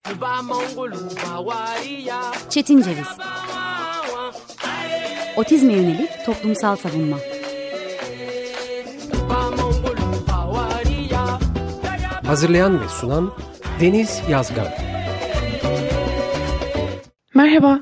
Çetin Ceviz. Otizme yönelik toplumsal savunma. Hazırlayan ve sunan Deniz Yazgan. Merhaba,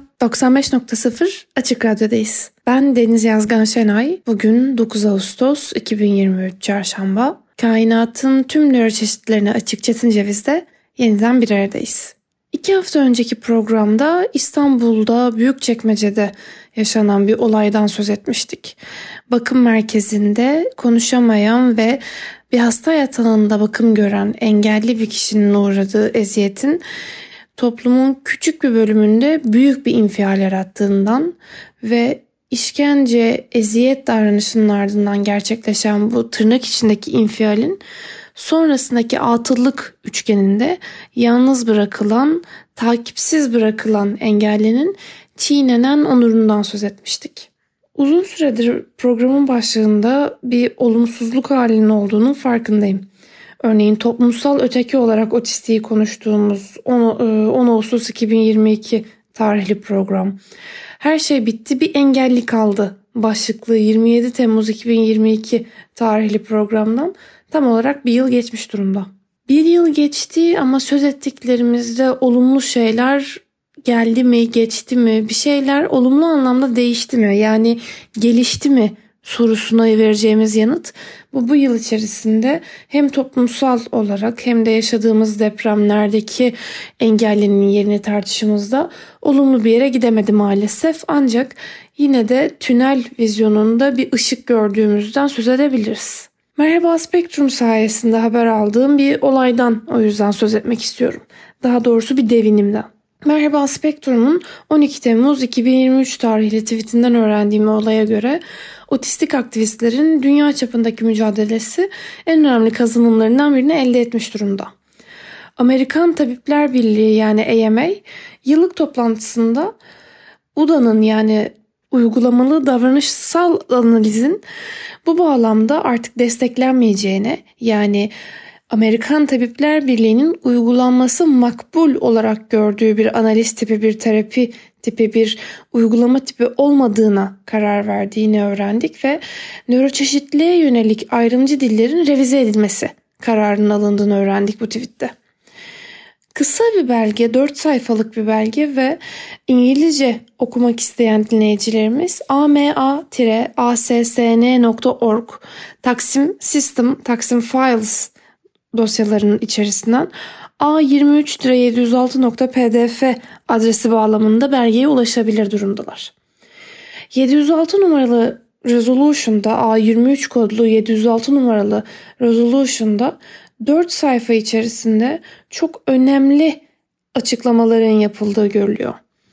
95.0 Açık Radyo'dayız. Ben Deniz Yazgan Şenay. Bugün 9 Ağustos 2023 Çarşamba. Kainatın tüm nöroçeşitlerine açık Çetin Ceviz'de yeniden bir aradayız. 2 hafta önceki programda İstanbul'da Büyükçekmece'de yaşanan bir olaydan söz etmiştik. Bakım merkezinde konuşamayan ve bir hasta yatağında bakım gören engelli bir kişinin uğradığı eziyetin toplumun küçük bir bölümünde büyük bir infial yarattığından ve işkence, eziyet davranışının ardından gerçekleşen bu tırnak içindeki infialin sonrasındaki atıllık üçgeninde yalnız bırakılan, takipsiz bırakılan engellinin çiğnenen onurundan söz etmiştik. Uzun süredir programın başlığında bir olumsuzluk halinin olduğunun farkındayım. Örneğin toplumsal öteki olarak otistiği konuştuğumuz 10 Ağustos 2022 tarihli program. Her şey bitti, bir engelli kaldı başlıklı 27 Temmuz 2022 tarihli programdan tam olarak bir yıl geçmiş durumda. Bir yıl geçti ama söz ettiklerimizde olumlu şeyler geldi mi, geçti mi, bir şeyler olumlu anlamda değişti mi, yani gelişti mi sorusuna vereceğimiz yanıt bu yıl içerisinde hem toplumsal olarak hem de yaşadığımız depremlerdeki engellinin yerini tartışımızda olumlu bir yere gidemedi maalesef. Ancak yine de tünel vizyonunda bir ışık gördüğümüzden söz edebiliriz. Merhaba Spektrum sayesinde haber aldığım bir olaydan o yüzden söz etmek istiyorum. Daha doğrusu bir devinimden. Merhaba Spektrum'un 12 Temmuz 2023 tarihli tweetinden öğrendiğim olaya göre otistik aktivistlerin dünya çapındaki mücadelesi en önemli kazanımlarından birini elde etmiş durumda. Amerikan Tabipler Birliği yani AMA yıllık toplantısında UDA'nın yani uygulamalı davranışsal analizin bu bağlamda artık desteklenmeyeceğine, yani Amerikan Tabipler Birliği'nin uygulanması makbul olarak gördüğü bir analiz tipi, bir terapi tipi, bir uygulama tipi olmadığına karar verdiğini öğrendik ve nöroçeşitliğe yönelik ayrımcı dillerin revize edilmesi kararının alındığını öğrendik bu tweette. Kısa bir belge, 4 sayfalık bir belge ve İngilizce okumak isteyen dinleyicilerimiz ama-assn.org Taksim System, Taksim Files dosyalarının içerisinden A23-706.pdf adresi bağlamında belgeye ulaşabilir durumdalar. 706 numaralı resolution'da, A23 kodlu 706 numaralı resolution'da 4 sayfa içerisinde çok önemli açıklamaların yapıldığı görülüyor.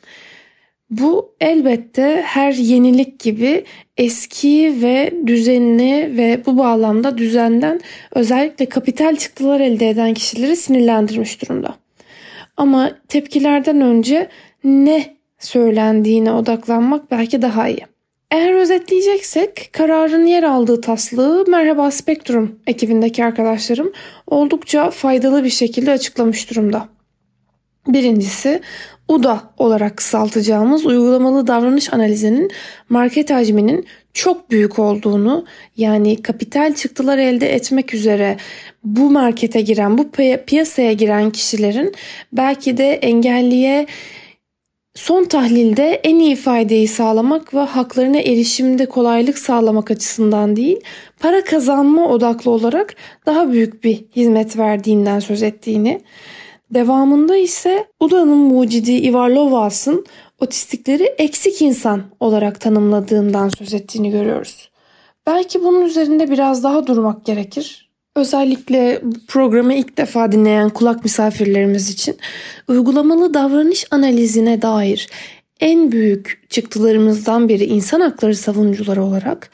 Bu elbette her yenilik gibi eski ve düzenli ve bu bağlamda düzenden özellikle kapital çıktılar elde eden kişileri sinirlendirmiş durumda. Ama tepkilerden önce ne söylendiğine odaklanmak belki daha iyi. Eğer özetleyeceksek kararın yer aldığı taslağı Merhaba Spektrum ekibindeki arkadaşlarım oldukça faydalı bir şekilde açıklamış durumda. Birincisi, UDA olarak kısaltacağımız uygulamalı davranış analizinin market hacminin çok büyük olduğunu, yani kapital çıktılar elde etmek üzere bu markete giren, bu piyasaya giren kişilerin belki de engelliye son tahlilde en iyi faydayı sağlamak ve haklarına erişimde kolaylık sağlamak açısından değil, para kazanma odaklı olarak daha büyük bir hizmet verdiğinden söz ettiğini, devamında ise UDA'nın mucidi Ivar Lovaas'ın otistikleri eksik insan olarak tanımladığından söz ettiğini görüyoruz. Belki bunun üzerinde biraz daha durmak gerekir. Özellikle programı ilk defa dinleyen kulak misafirlerimiz için uygulamalı davranış analizine dair en büyük çıktılarımızdan biri insan hakları savunucuları olarak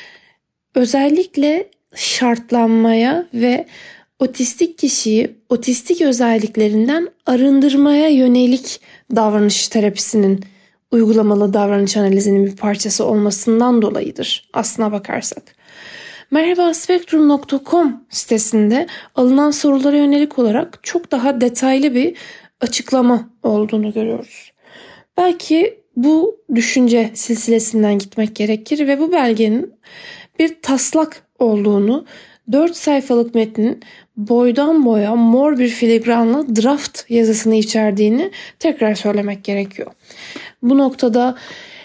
özellikle şartlanmaya ve otistik kişiyi otistik özelliklerinden arındırmaya yönelik davranış terapisinin uygulamalı davranış analizinin bir parçası olmasından dolayıdır aslına bakarsak. Merhabaspektrum.com sitesinde alınan sorulara yönelik olarak çok daha detaylı bir açıklama olduğunu görüyoruz. Belki bu düşünce silsilesinden gitmek gerekir ve bu belgenin bir taslak olduğunu, 4 sayfalık metnin boydan boya mor bir filigranla draft yazısını içerdiğini tekrar söylemek gerekiyor. Bu noktada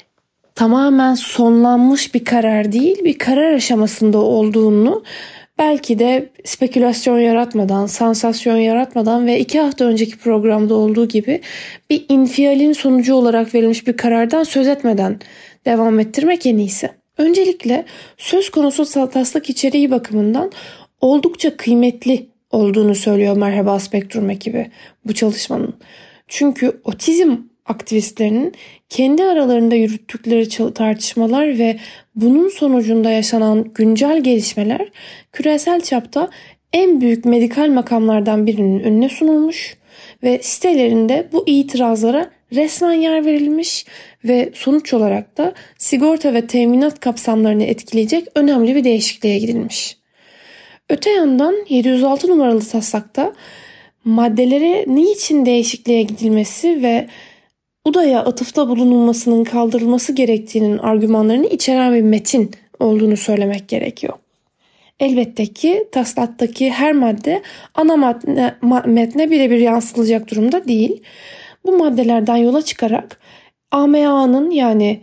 tamamen sonlanmış bir karar değil, bir karar aşamasında olduğunu, belki de spekülasyon yaratmadan, sansasyon yaratmadan ve 2 hafta önceki programda olduğu gibi bir infialin sonucu olarak verilmiş bir karardan söz etmeden devam ettirmek en iyisi. Öncelikle söz konusu taslak içeriği bakımından oldukça kıymetli olduğunu söylüyor Merhaba Spektrum ekibi bu çalışmanın. Çünkü otizm aktivistlerinin kendi aralarında yürüttükleri tartışmalar ve bunun sonucunda yaşanan güncel gelişmeler küresel çapta en büyük medikal makamlardan birinin önüne sunulmuş ve sitelerinde bu itirazlara resmen yer verilmiş ve sonuç olarak da sigorta ve teminat kapsamlarını etkileyecek önemli bir değişikliğe gidilmiş. Öte yandan 706 numaralı taslakta maddelere niçin değişikliğe gidilmesi ve UDA'ya atıfta bulunulmasının kaldırılması gerektiğinin argümanlarını içeren bir metin olduğunu söylemek gerekiyor. Elbette ki taslaktaki her madde ana metne birebir yansıtılacak durumda değil. Bu maddelerden yola çıkarak AMA'nın, yani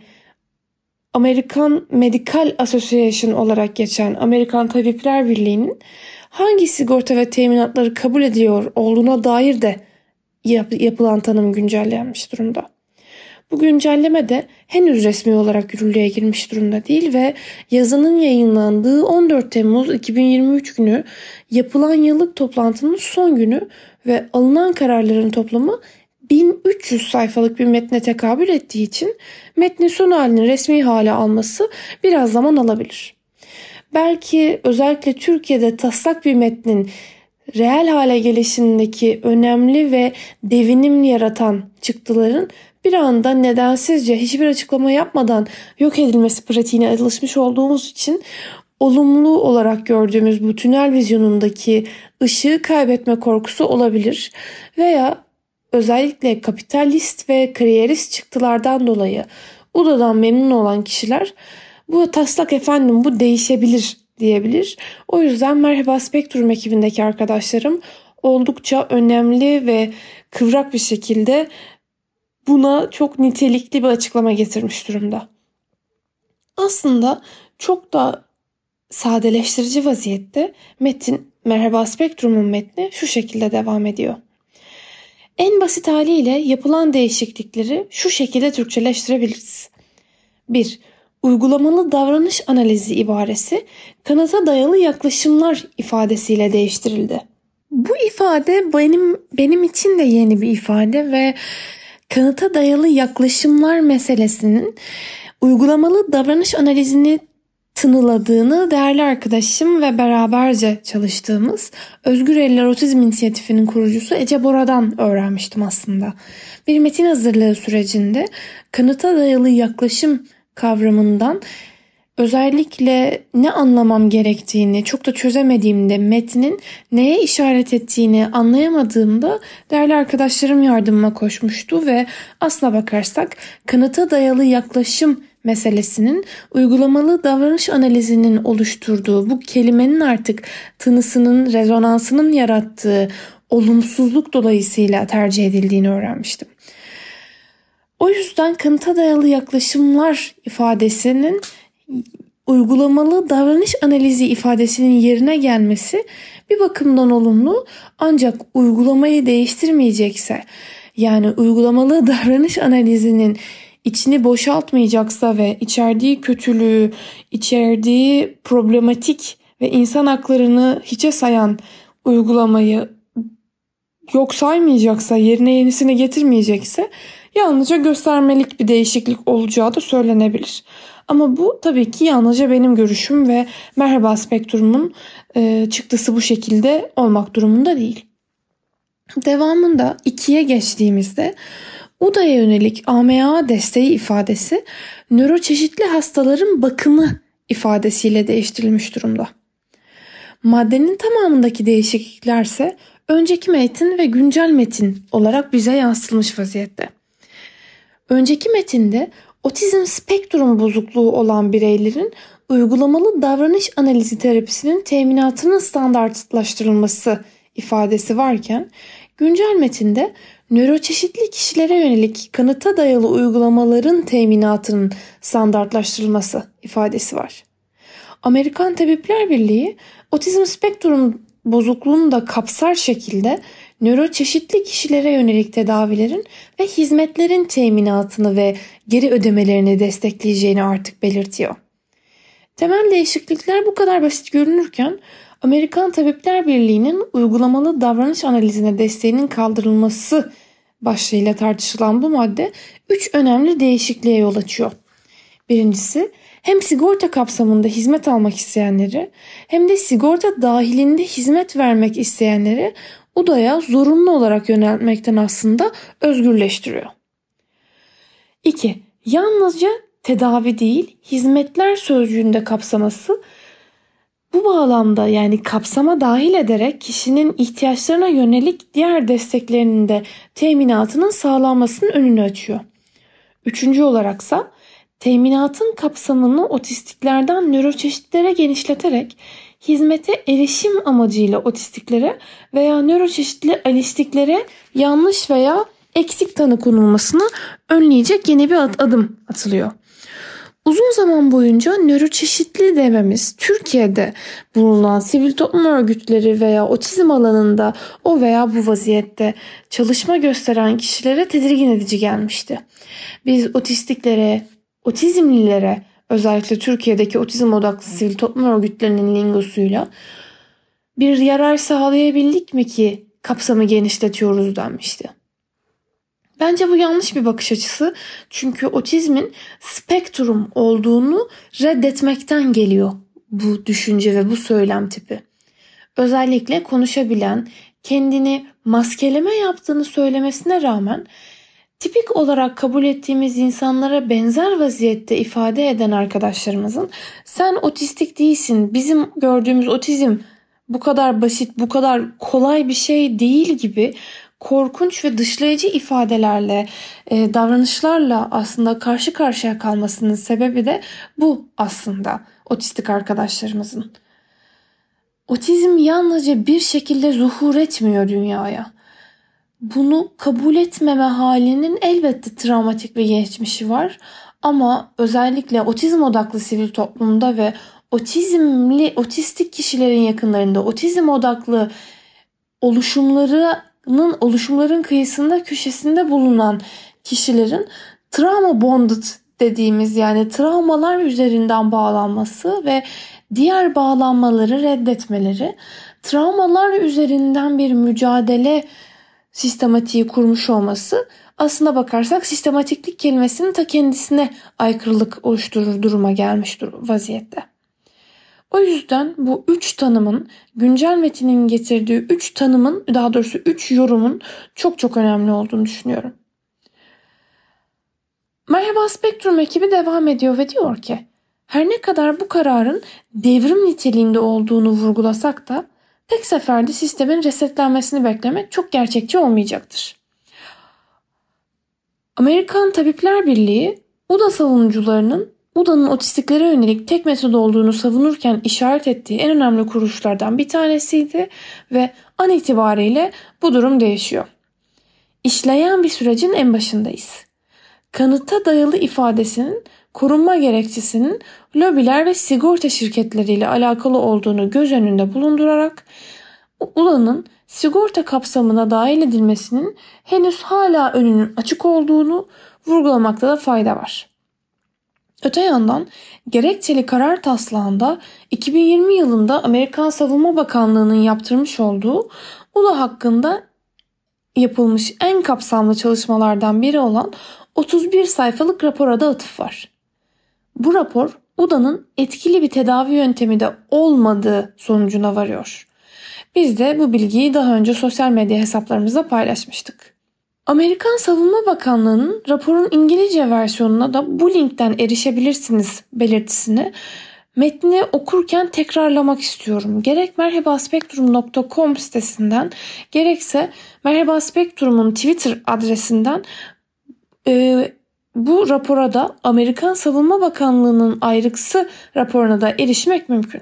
American Medical Association olarak geçen Amerikan Tabipler Birliği'nin hangi sigorta ve teminatları kabul ediyor olduğuna dair de yapılan tanım güncellenmiş durumda. Bu güncelleme de henüz resmi olarak yürürlüğe girmiş durumda değil ve yazının yayınlandığı 14 Temmuz 2023 günü yapılan yıllık toplantının son günü ve alınan kararların toplamı 1300 sayfalık bir metne tekabül ettiği için metnin son halinin resmi hale alması biraz zaman alabilir. Belki özellikle Türkiye'de taslak bir metnin reel hale gelişindeki önemli ve devinim yaratan çıktıların bir anda nedensizce hiçbir açıklama yapmadan yok edilmesi pratiğine alışmış olduğumuz için olumlu olarak gördüğümüz bu tünel vizyonundaki ışığı kaybetme korkusu olabilir veya özellikle kapitalist ve kariyerist çıktılardan dolayı UDA'dan memnun olan kişiler bu taslak efendim bu değişebilir diyebilir. O yüzden Merhaba Spektrum ekibindeki arkadaşlarım oldukça önemli ve kıvrak bir şekilde buna çok nitelikli bir açıklama getirmiş durumda. Aslında çok da sadeleştirici vaziyette metin, Merhaba Spektrum'un metni şu şekilde devam ediyor. En basit haliyle yapılan değişiklikleri şu şekilde Türkçeleştirebiliriz. 1. Uygulamalı davranış analizi ibaresi kanıta dayalı yaklaşımlar ifadesiyle değiştirildi. Bu ifade benim için de yeni bir ifade ve kanıta dayalı yaklaşımlar meselesinin uygulamalı davranış analizini tınıladığını değerli arkadaşım ve beraberce çalıştığımız Özgür Eller Otizm İnisiyatifi'nin kurucusu Ece Bora'dan öğrenmiştim aslında. Bir metin hazırlığı sürecinde kanıta dayalı yaklaşım kavramından özellikle ne anlamam gerektiğini çok da çözemediğimde, metnin neye işaret ettiğini anlayamadığımda değerli arkadaşlarım yardımıma koşmuştu ve aslına bakarsak kanıta dayalı yaklaşım meselesinin uygulamalı davranış analizinin oluşturduğu bu kelimenin artık tınısının, rezonansının yarattığı olumsuzluk dolayısıyla tercih edildiğini öğrenmiştim. O yüzden kanıta dayalı yaklaşımlar ifadesinin uygulamalı davranış analizi ifadesinin yerine gelmesi bir bakımdan olumlu, ancak uygulamayı değiştirmeyecekse, yani uygulamalı davranış analizinin içini boşaltmayacaksa ve içerdiği kötülüğü, içerdiği problematik ve insan haklarını hiçe sayan uygulamayı yok saymayacaksa, yerine yenisini getirmeyecekse yalnızca göstermelik bir değişiklik olacağı da söylenebilir. Ama bu tabii ki yalnızca benim görüşüm ve Merhaba Spektrum'un çıktısı bu şekilde olmak durumunda değil. Devamında 2'ye geçtiğimizde UDA'ya yönelik AMA desteği ifadesi nöroçeşitli hastaların bakımı ifadesiyle değiştirilmiş durumda. Maddenin tamamındaki değişikliklerse önceki metin ve güncel metin olarak bize yansıtılmış vaziyette. Önceki metinde otizm spektrum bozukluğu olan bireylerin uygulamalı davranış analizi terapisinin teminatının standartlaştırılması ifadesi varken, güncel metinde nöroçeşitli kişilere yönelik kanıta dayalı uygulamaların teminatının standartlaştırılması ifadesi var. Amerikan Tabipler Birliği otizm spektrum bozukluğunu da kapsar şekilde nöroçeşitli kişilere yönelik tedavilerin ve hizmetlerin teminatını ve geri ödemelerini destekleyeceğini artık belirtiyor. Temel değişiklikler bu kadar basit görünürken Amerikan Tabipler Birliği'nin uygulamalı davranış analizine desteğinin kaldırılması başlığıyla tartışılan bu madde 3 önemli değişikliğe yol açıyor. Birincisi, hem sigorta kapsamında hizmet almak isteyenleri hem de sigorta dahilinde hizmet vermek isteyenleri UDA'ya zorunlu olarak yöneltmekten aslında özgürleştiriyor. 2. Yalnızca tedavi değil, hizmetler sözcüğünde kapsaması, bu bağlamda yani kapsama dahil ederek kişinin ihtiyaçlarına yönelik diğer desteklerinin de teminatının sağlanmasının önünü açıyor. 3. olaraksa teminatın kapsamını otistiklerden nöroçeşitlere genişleterek hizmete erişim amacıyla otistiklere veya nöroçeşitli alistiklere yanlış veya eksik tanı konulmasını önleyecek yeni bir adım atılıyor. Uzun zaman boyunca nöroçeşitli dememiz Türkiye'de bulunan sivil toplum örgütleri veya otizm alanında o veya bu vaziyette çalışma gösteren kişilere tedirgin edici gelmişti. Biz otistiklere, otizmlilere, özellikle Türkiye'deki otizm odaklı sivil toplum örgütlerinin lingosuyla bir yarar sağlayabildik mi ki kapsamı genişletiyoruz denmişti. Bence bu yanlış bir bakış açısı, çünkü otizmin spektrum olduğunu reddetmekten geliyor bu düşünce ve bu söylem tipi. Özellikle konuşabilen, kendini maskeleme yaptığını söylemesine rağmen tipik olarak kabul ettiğimiz insanlara benzer vaziyette ifade eden arkadaşlarımızın "sen otistik değilsin, bizim gördüğümüz otizm bu kadar basit, bu kadar kolay bir şey değil" gibi korkunç ve dışlayıcı ifadelerle, davranışlarla aslında karşı karşıya kalmasının sebebi de bu aslında otistik arkadaşlarımızın. Otizm yalnızca bir şekilde zuhur etmiyor dünyaya. Bunu kabul etmeme halinin elbette travmatik bir geçmişi var. Ama özellikle otizm odaklı sivil toplumda ve otistik kişilerin yakınlarında otizm odaklı oluşumların kıyısında köşesinde bulunan kişilerin trauma bonded dediğimiz, yani travmalar üzerinden bağlanması ve diğer bağlanmaları reddetmeleri, travmalar üzerinden bir mücadele sistematiği kurmuş olması aslına bakarsak sistematiklik kelimesinin ta kendisine aykırılık oluşturur duruma gelmiş vaziyette. O yüzden bu 3 tanımın, güncel metinin getirdiği 3 tanımın, daha doğrusu 3 yorumun çok çok önemli olduğunu düşünüyorum. Merhaba Spektrum ekibi devam ediyor ve diyor ki, her ne kadar bu kararın devrim niteliğinde olduğunu vurgulasak da tek seferde sistemin resetlenmesini beklemek çok gerçekçi olmayacaktır. Amerikan Tabipler Birliği, UDA savunucularının UDA'nın otistiklere yönelik tek metod olduğunu savunurken işaret ettiği en önemli kuruluşlardan bir tanesiydi ve an itibariyle bu durum değişiyor. İşleyen bir sürecin en başındayız. Kanıta dayalı ifadesinin korunma gerekçesinin lobiler ve sigorta şirketleriyle alakalı olduğunu göz önünde bulundurarak UDA'nın sigorta kapsamına dahil edilmesinin henüz hala önünün açık olduğunu vurgulamakta da fayda var. Öte yandan gerekçeli karar taslağında 2020 yılında Amerikan Savunma Bakanlığı'nın yaptırmış olduğu UDA hakkında yapılmış en kapsamlı çalışmalardan biri olan 31 sayfalık rapora da atıf var. Bu rapor UDA'nın etkili bir tedavi yöntemi de olmadığı sonucuna varıyor. Biz de bu bilgiyi daha önce sosyal medya hesaplarımızda paylaşmıştık. Amerikan Savunma Bakanlığı'nın raporun İngilizce versiyonuna da bu linkten erişebilirsiniz belirtisini Metni okurken tekrarlamak istiyorum. Gerek merhabaspektrum.com sitesinden gerekse Merhaba Spektrum'un Twitter adresinden bu rapora da Amerikan Savunma Bakanlığı'nın ayrıksı raporuna da erişmek mümkün.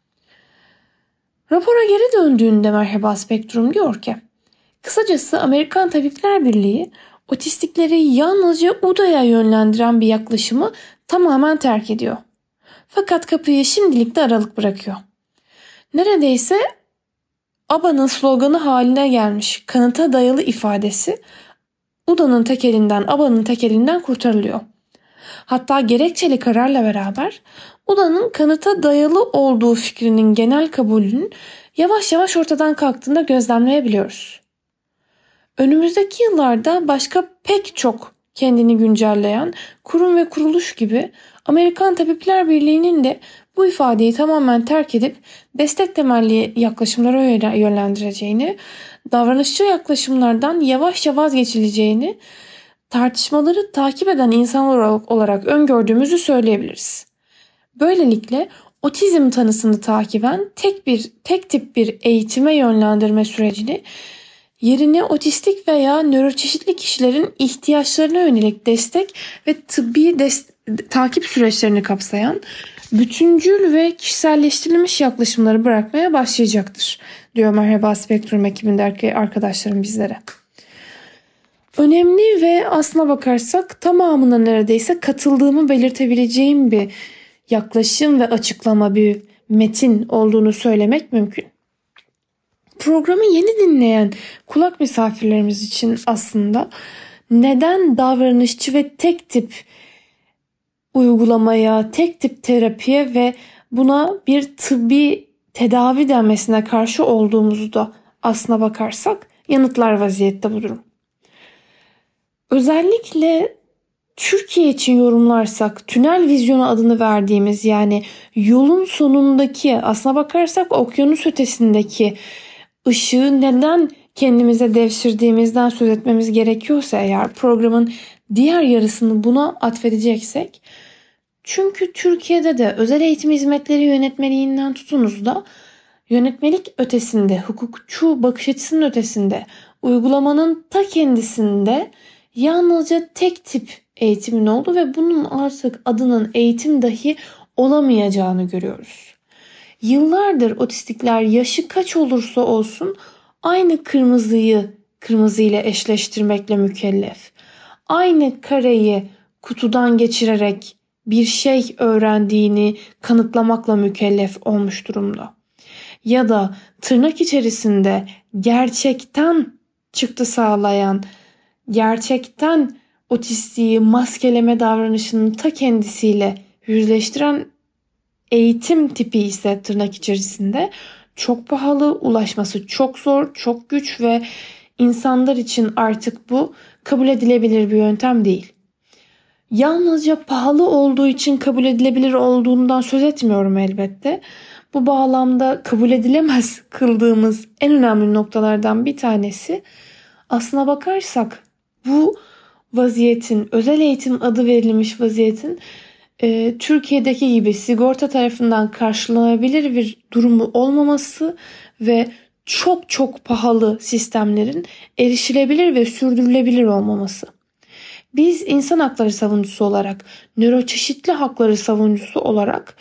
Rapora geri döndüğünde Merhaba Spektrum diyor ki, kısacası Amerikan Tabipler Birliği otistikleri yalnızca UDA'ya yönlendiren bir yaklaşımı tamamen terk ediyor. Fakat kapıyı şimdilik de aralık bırakıyor. Neredeyse ABA'nın sloganı haline gelmiş kanıta dayalı ifadesi UDA'nın tek elinden, ABA'nın tek elinden kurtarılıyor. Hatta gerekçeli kararla beraber UDA'nın kanıta dayalı olduğu fikrinin genel kabulünün yavaş yavaş ortadan kalktığında gözlemleyebiliyoruz. Önümüzdeki yıllarda başka pek çok kendini güncelleyen kurum ve kuruluş gibi Amerikan Tabipler Birliği'nin de bu ifadeyi tamamen terk edip destek temelli yaklaşımlara yönlendireceğini, davranışçı yaklaşımlardan yavaşça vazgeçileceğini tartışmaları takip eden insanlar olarak öngördüğümüzü söyleyebiliriz. Böylelikle otizm tanısını takiben tek tip bir eğitime yönlendirme sürecini yerine otistik veya nöroçeşitli kişilerin ihtiyaçlarına yönelik destek ve tıbbi takip süreçlerini kapsayan bütüncül ve kişiselleştirilmiş yaklaşımları bırakmaya başlayacaktır, diyor Merhaba Spektrum ekibindeki arkadaşlarım bizlere. Önemli ve aslına bakarsak tamamına neredeyse katıldığımı belirtebileceğim bir yaklaşım ve açıklama, bir metin olduğunu söylemek mümkün. Programı yeni dinleyen kulak misafirlerimiz için aslında neden davranışçı ve tek tip uygulamaya, tek tip terapiye ve buna bir tıbbi tedavi denmesine karşı olduğumuzu da aslına bakarsak yanıtlar vaziyette bu durum. Özellikle Türkiye için yorumlarsak tünel vizyonu adını verdiğimiz, yani yolun sonundaki, aslına bakarsak okyanus ötesindeki ışığı neden kendimize devşirdiğimizden söz etmemiz gerekiyorsa eğer, programın diğer yarısını buna atfedeceksek, çünkü Türkiye'de de özel eğitim hizmetleri yönetmeliğinden tutunuz da yönetmelik ötesinde, hukukçu bakış açısının ötesinde, uygulamanın ta kendisinde yalnızca tek tip eğitimin olduğu ve bunun artık adının eğitim dahi olamayacağını görüyoruz. Yıllardır otistikler yaşı kaç olursa olsun aynı kırmızıyla eşleştirmekle mükellef. Aynı kareyi kutudan geçirerek bir şey öğrendiğini kanıtlamakla mükellef olmuş durumda. Ya da tırnak içerisinde gerçekten çıktı sağlayan, gerçekten otistiği maskeleme davranışının ta kendisiyle yüzleştiren eğitim tipi ise tırnak içerisinde çok pahalı, ulaşması çok zor, çok güç ve insanlar için artık bu kabul edilebilir bir yöntem değil. Yalnızca pahalı olduğu için kabul edilebilir olduğundan söz etmiyorum elbette. Bu bağlamda kabul edilemez kıldığımız en önemli noktalardan bir tanesi, aslına bakarsak bu vaziyetin, özel eğitim adı verilmiş vaziyetin Türkiye'deki gibi sigorta tarafından karşılanabilir bir durumu olmaması ve çok çok pahalı sistemlerin erişilebilir ve sürdürülebilir olmaması. Biz insan hakları savunucusu olarak, nöroçeşitli hakları savunucusu olarak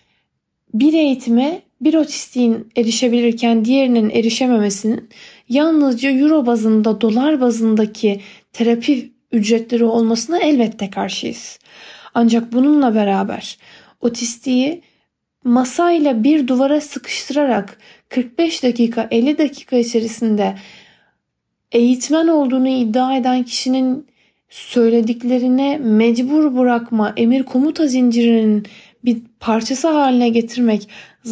bir eğitime bir otistiğin erişebilirken diğerinin erişememesinin yalnızca euro bazında, dolar bazındaki terapi ücretleri olmasına elbette karşıyız. Ancak bununla beraber otistiği masayla bir duvara sıkıştırarak 45 dakika, 50 dakika içerisinde eğitmen olduğunu iddia eden kişinin söylediklerine mecbur bırakma, emir komuta zincirinin bir parçası haline getirmek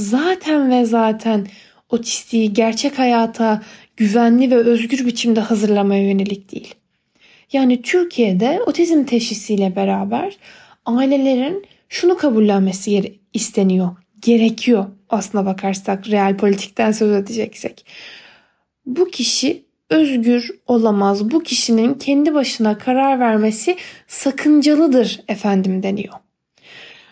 zaten otistiği gerçek hayata güvenli ve özgür biçimde hazırlamaya yönelik değil. Yani Türkiye'de otizm teşhisiyle beraber ailelerin şunu kabullenmesi isteniyor, gerekiyor aslına bakarsak, real politikten söz edeceksek. Bu kişi özgür olamaz, bu kişinin kendi başına karar vermesi sakıncalıdır efendim deniyor.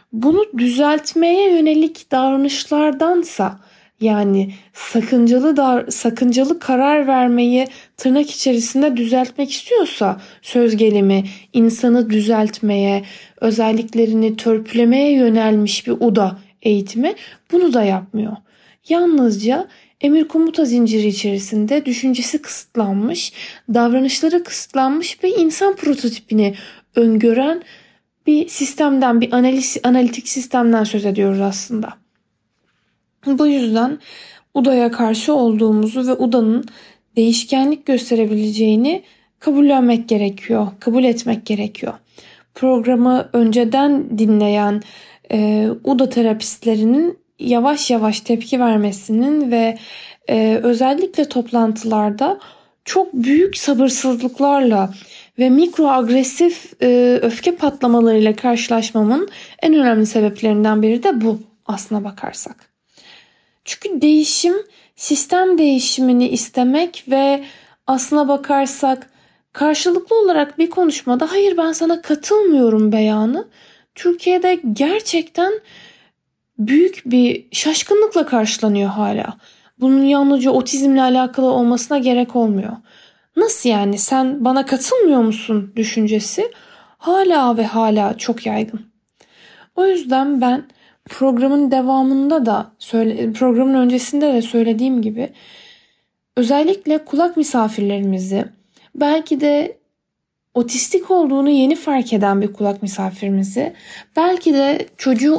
Bunu düzeltmeye yönelik davranışlardansa, yani sakıncalı karar vermeyi tırnak içerisinde düzeltmek istiyorsa, söz gelimi insanı düzeltmeye, özelliklerini törpülemeye yönelmiş bir UDA eğitimi bunu da yapmıyor. Yalnızca emir komuta zinciri içerisinde düşüncesi kısıtlanmış, davranışları kısıtlanmış ve insan prototipini öngören bir sistemden, bir analitik sistemden söz ediyoruz aslında. Bu yüzden UDA'ya karşı olduğumuzu ve UDA'nın değişkenlik gösterebileceğini kabullenmek gerekiyor, kabul etmek gerekiyor. Programı önceden dinleyen UDA terapistlerinin yavaş yavaş tepki vermesinin ve özellikle toplantılarda çok büyük sabırsızlıklarla ve mikroagresif öfke patlamalarıyla karşılaşmamın en önemli sebeplerinden biri de bu aslına bakarsak. Çünkü değişim, sistem değişimini istemek ve aslına bakarsak karşılıklı olarak bir konuşmada hayır ben sana katılmıyorum beyanı Türkiye'de gerçekten büyük bir şaşkınlıkla karşılanıyor hala. Bunun yalnızca otizmle alakalı olmasına gerek olmuyor. Nasıl yani, sen bana katılmıyor musun düşüncesi hala ve hala çok yaygın. O yüzden ben programın devamında da programın öncesinde de söylediğim gibi özellikle kulak misafirlerimizi, belki de otistik olduğunu yeni fark eden bir kulak misafirimizi, belki de çocuğu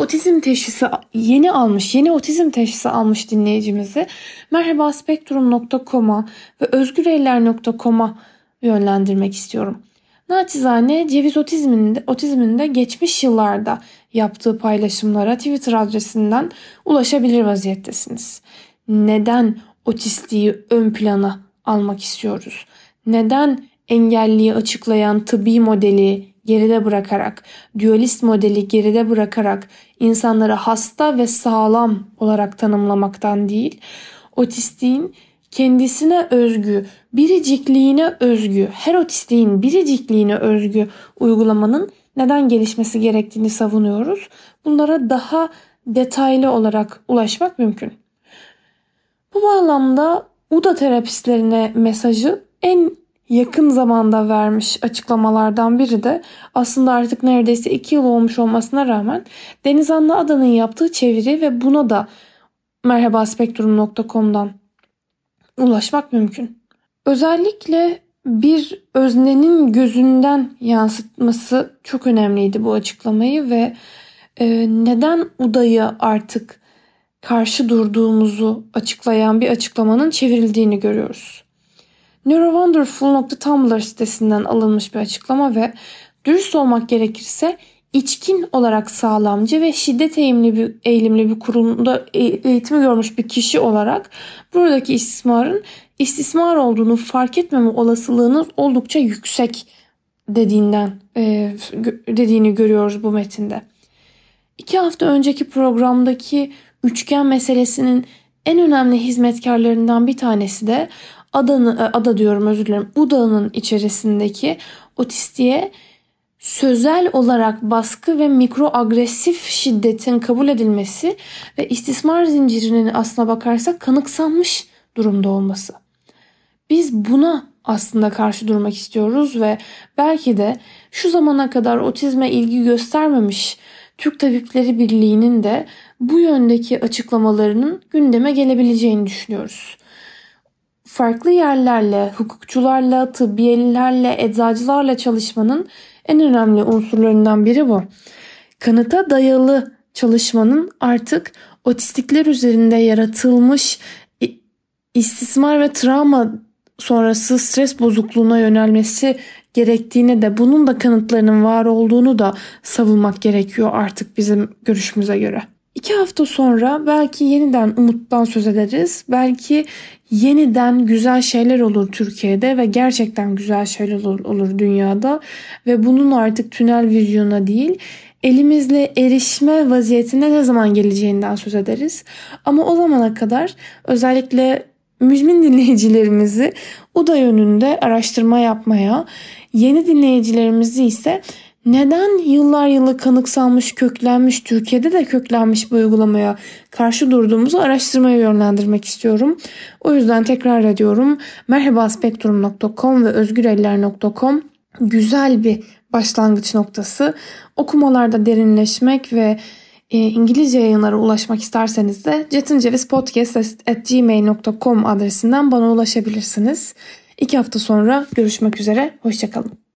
yeni otizm teşhisi almış dinleyicimizi merhabaspektrum.com'a ve özgüreyler.com'a yönlendirmek istiyorum. Naçizane Ceviz Otizm'in de geçmiş yıllarda yaptığı paylaşımlara Twitter adresinden ulaşabilir vaziyettesiniz. Neden otistliği ön plana almak istiyoruz? Neden engelliyi açıklayan tıbbi modeli geride bırakarak, dualist modeli geride bırakarak insanları hasta ve sağlam olarak tanımlamaktan değil, otistliğin kendisine özgü, biricikliğine özgü, her otistliğin biricikliğine özgü uygulamanın neden gelişmesi gerektiğini savunuyoruz. Bunlara daha detaylı olarak ulaşmak mümkün. Bu bağlamda UDA terapistlerine mesajı en yakın zamanda vermiş açıklamalardan biri de aslında artık neredeyse 2 yıl olmuş olmasına rağmen Deniz Anna Adan'ın yaptığı çeviri ve buna da merhabaspektrum.com'dan ulaşmak mümkün. Özellikle bir öznenin gözünden yansıtması çok önemliydi bu açıklamayı ve neden UDA'yı artık karşı durduğumuzu açıklayan bir açıklamanın çevrildiğini görüyoruz. Neurowonderful.tumblr sitesinden alınmış bir açıklama ve dürüst olmak gerekirse içkin olarak sağlamcı ve şiddet eğilimli bir kurumda eğitimi görmüş bir kişi olarak buradaki istismarın istismar olduğunu fark etmeme olasılığının oldukça yüksek dediğini görüyoruz bu metinde. 2 hafta önceki programdaki üçgen meselesinin en önemli hizmetkarlarından bir tanesi de UDA'nın içerisindeki otistiğe sözel olarak baskı ve mikroagresif şiddetin kabul edilmesi ve istismar zincirinin aslına bakarsak kanıksanmış durumda olması. Biz buna aslında karşı durmak istiyoruz ve belki de şu zamana kadar otizme ilgi göstermemiş Türk Tabipleri Birliği'nin de bu yöndeki açıklamalarının gündeme gelebileceğini düşünüyoruz. Farklı yerlerle, hukukçularla, tıbbiyelilerle, eczacılarla çalışmanın en önemli unsurlarından biri bu. Kanıta dayalı çalışmanın artık otistikler üzerinde yaratılmış istismar ve travma sonrası stres bozukluğuna yönelmesi gerektiğini de bunun da kanıtlarının var olduğunu da savunmak gerekiyor artık bizim görüşümüze göre. 2 hafta sonra belki yeniden umuttan söz ederiz. Belki yeniden güzel şeyler olur Türkiye'de ve gerçekten güzel şeyler olur dünyada. Ve bunun artık tünel vizyona değil, elimizle erişme vaziyetine ne zaman geleceğinden söz ederiz. Ama o zamana kadar özellikle müzmin dinleyicilerimizi UDA yönünde araştırma yapmaya, yeni dinleyicilerimizi ise Neden yıllar yılı kanıksanmış, köklenmiş, Türkiye'de de köklenmiş bir uygulamaya karşı durduğumuzu araştırmaya yönlendirmek istiyorum. O yüzden tekrar ediyorum. merhabaspektrum.com ve özgüreller.com güzel bir başlangıç noktası. Okumalarda derinleşmek ve İngilizce yayınlara ulaşmak isterseniz de cetincevizpodcast@gmail.com adresinden bana ulaşabilirsiniz. 2 hafta sonra görüşmek üzere. Hoşça kalın.